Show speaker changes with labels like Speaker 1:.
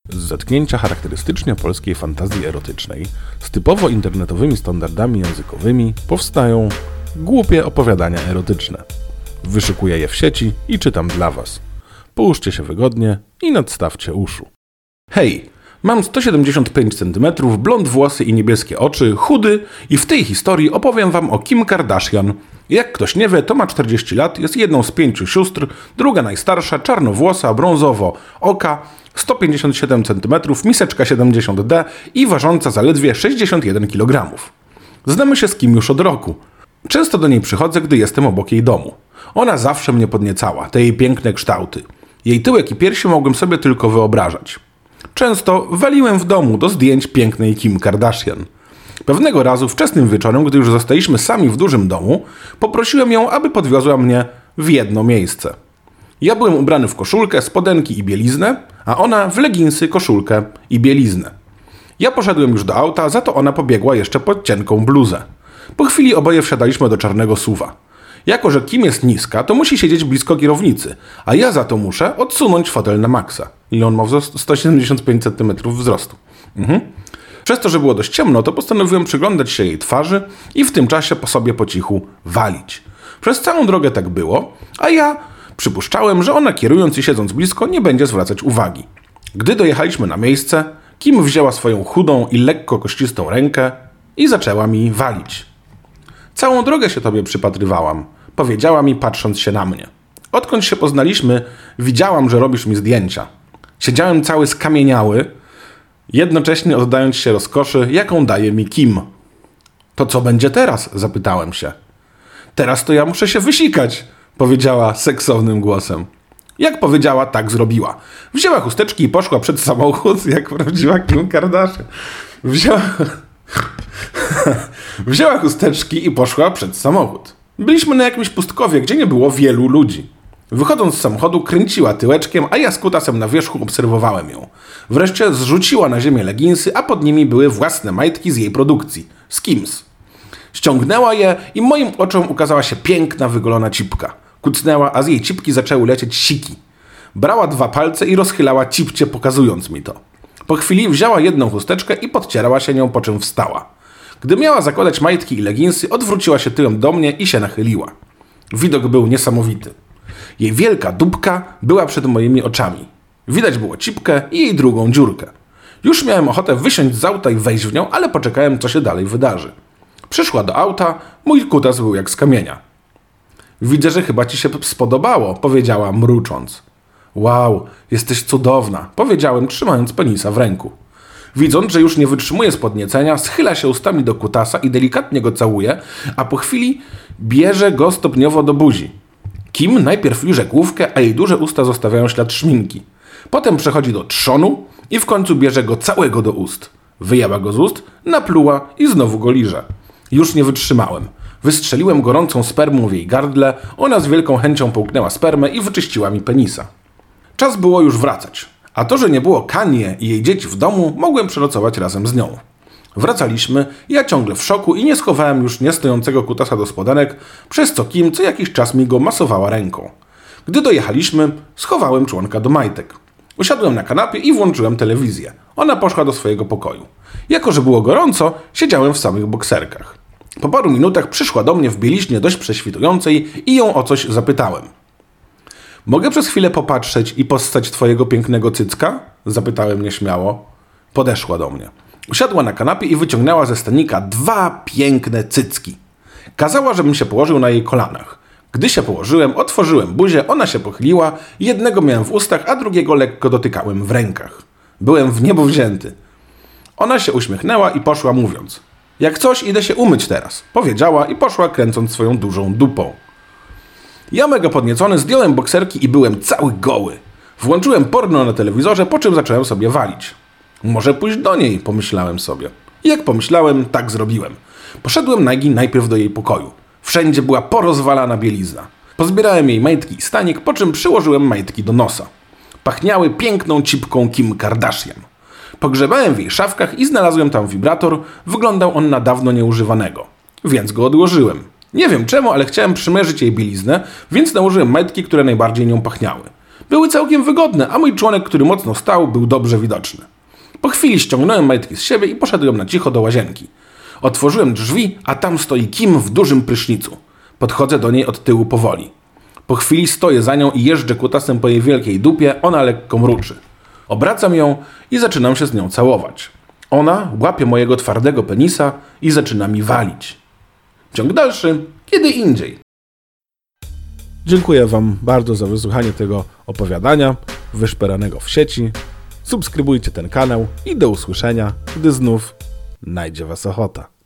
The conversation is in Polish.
Speaker 1: Z zetknięcia charakterystycznie polskiej fantazji erotycznej z typowo internetowymi standardami językowymi powstają głupie opowiadania erotyczne. Wyszukuję je w sieci i czytam dla Was. Połóżcie się wygodnie i nadstawcie uszu. Hej, mam 175 cm, blond włosy i niebieskie oczy, chudy i w tej historii opowiem Wam o Kim Kardashian. Jak ktoś nie wie, to ma 40 lat, jest jedną z 5 sióstr, druga najstarsza, czarnowłosa, brązowo, oka, 157 cm, miseczka 70D i ważąca zaledwie 61 kg. Znamy się z Kim już od roku. Często do niej przychodzę, gdy jestem obok jej domu. Ona zawsze mnie podniecała, te jej piękne kształty. Jej tyłek i piersi mogłem sobie tylko wyobrażać. Często waliłem w domu do zdjęć pięknej Kim Kardashian. Pewnego razu wczesnym wieczorem, gdy już zostaliśmy sami w dużym domu, poprosiłem ją, aby podwiozła mnie w jedno miejsce. Ja byłem ubrany w koszulkę, spodenki i bieliznę, a ona w leginsy, koszulkę i bieliznę. Ja poszedłem już do auta, za to ona pobiegła jeszcze pod cienką bluzę. Po chwili oboje wsiadaliśmy do czarnego SUV-a. Jako że Kim jest niska, to musi siedzieć blisko kierownicy, a ja za to muszę odsunąć fotel na maksa. I on ma 175 cm wzrostu. Przez to, że było dość ciemno, to postanowiłem przyglądać się jej twarzy i w tym czasie po sobie po cichu walić. Przez całą drogę tak było, a ja przypuszczałem, że ona kierując i siedząc blisko nie będzie zwracać uwagi. Gdy dojechaliśmy na miejsce, Kim wzięła swoją chudą i lekko kościstą rękę i zaczęła mi walić. Całą drogę się tobie przypatrywałam, powiedziała mi patrząc się na mnie. Odkąd się poznaliśmy, widziałam, że robisz mi zdjęcia. Siedziałem cały skamieniały, jednocześnie oddając się rozkoszy, jaką daje mi Kim. To co będzie teraz? Zapytałem się. Teraz to ja muszę się wysikać, powiedziała seksownym głosem. Jak powiedziała, tak zrobiła. Wzięła chusteczki i poszła przed samochód, jak prawdziwa Kim Kardashian. Wzięła chusteczki i poszła przed samochód. Byliśmy na jakimś pustkowie, gdzie nie było wielu ludzi. Wychodząc z samochodu kręciła tyłeczkiem, a ja z kutasem na wierzchu obserwowałem ją. Wreszcie zrzuciła na ziemię leginsy, a pod nimi były własne majtki z jej produkcji. Z Kim's. Ściągnęła je i moim oczom ukazała się piękna, wygolona cipka. Kucnęła, a z jej cipki zaczęły lecieć siki. Brała 2 palce i rozchylała cipcie, pokazując mi to. Po chwili wzięła jedną chusteczkę i podcierała się nią, po czym wstała. Gdy miała zakładać majtki i leginsy, odwróciła się tyłem do mnie i się nachyliła. Widok był niesamowity. Jej wielka dupka była przed moimi oczami. Widać było cipkę i jej drugą dziurkę. Już miałem ochotę wysiąść z auta i wejść w nią, ale poczekałem, co się dalej wydarzy. Przyszła do auta, mój kutas był jak z kamienia. Widzę, że chyba ci się spodobało, powiedziała mrucząc. Wow, jesteś cudowna, powiedziałem, trzymając penisa w ręku. Widząc, że już nie wytrzymuje z podniecenia, schyla się ustami do kutasa i delikatnie go całuje, a po chwili bierze go stopniowo do buzi. Kim najpierw liże główkę, a jej duże usta zostawiają ślad szminki. Potem przechodzi do trzonu i w końcu bierze go całego do ust. Wyjęła go z ust, napluła i znowu go liże. Już nie wytrzymałem. Wystrzeliłem gorącą spermą w jej gardle, ona z wielką chęcią połknęła spermę i wyczyściła mi penisa. Czas było już wracać, a to, że nie było Kanie i jej dzieci w domu, mogłem przenocować razem z nią. Wracaliśmy, ja ciągle w szoku i nie schowałem już niestojącego kutasa do spodenek, przez co Kim co jakiś czas mi go masowała ręką. Gdy dojechaliśmy, schowałem członka do majtek. Usiadłem na kanapie i włączyłem telewizję. Ona poszła do swojego pokoju. Jako że było gorąco, siedziałem w samych bokserkach. Po paru minutach przyszła do mnie w bieliźnie dość prześwitującej i ją o coś zapytałem. Mogę przez chwilę popatrzeć i possać twojego pięknego cycka? Zapytałem nieśmiało. Podeszła do mnie. Usiadła na kanapie i wyciągnęła ze stanika 2 piękne cycki. Kazała, żebym się położył na jej kolanach. Gdy się położyłem, otworzyłem buzię, ona się pochyliła, jednego miałem w ustach, a drugiego lekko dotykałem w rękach. Byłem w niebo wzięty. Ona się uśmiechnęła i poszła mówiąc. Jak coś, idę się umyć teraz, powiedziała i poszła kręcąc swoją dużą dupą. Ja mega podniecony zdjąłem bokserki i byłem cały goły. Włączyłem porno na telewizorze, po czym zacząłem sobie walić. Może pójść do niej, pomyślałem sobie. I jak pomyślałem, tak zrobiłem. Poszedłem nagi najpierw do jej pokoju. Wszędzie była porozwalana bielizna. Pozbierałem jej majtki i stanik, po czym przyłożyłem majtki do nosa. Pachniały piękną cipką Kim Kardashian. Pogrzebałem w jej szafkach i znalazłem tam wibrator. Wyglądał on na dawno nieużywanego. Więc go odłożyłem. Nie wiem czemu, ale chciałem przymierzyć jej bieliznę, więc nałożyłem majtki, które najbardziej nią pachniały. Były całkiem wygodne, a mój członek, który mocno stał, był dobrze widoczny. Po chwili ściągnąłem majtki z siebie i poszedłem na cicho do łazienki. Otworzyłem drzwi, a tam stoi Kim w dużym prysznicu. Podchodzę do niej od tyłu powoli. Po chwili stoję za nią i jeżdżę kutasem po jej wielkiej dupie, ona lekko mruczy. Obracam ją i zaczynam się z nią całować. Ona łapie mojego twardego penisa i zaczyna mi walić. Ciąg dalszy kiedy indziej. Dziękuję Wam bardzo za wysłuchanie tego opowiadania wyszperanego w sieci. Subskrybujcie ten kanał i do usłyszenia, gdy znów najdzie Was ochota.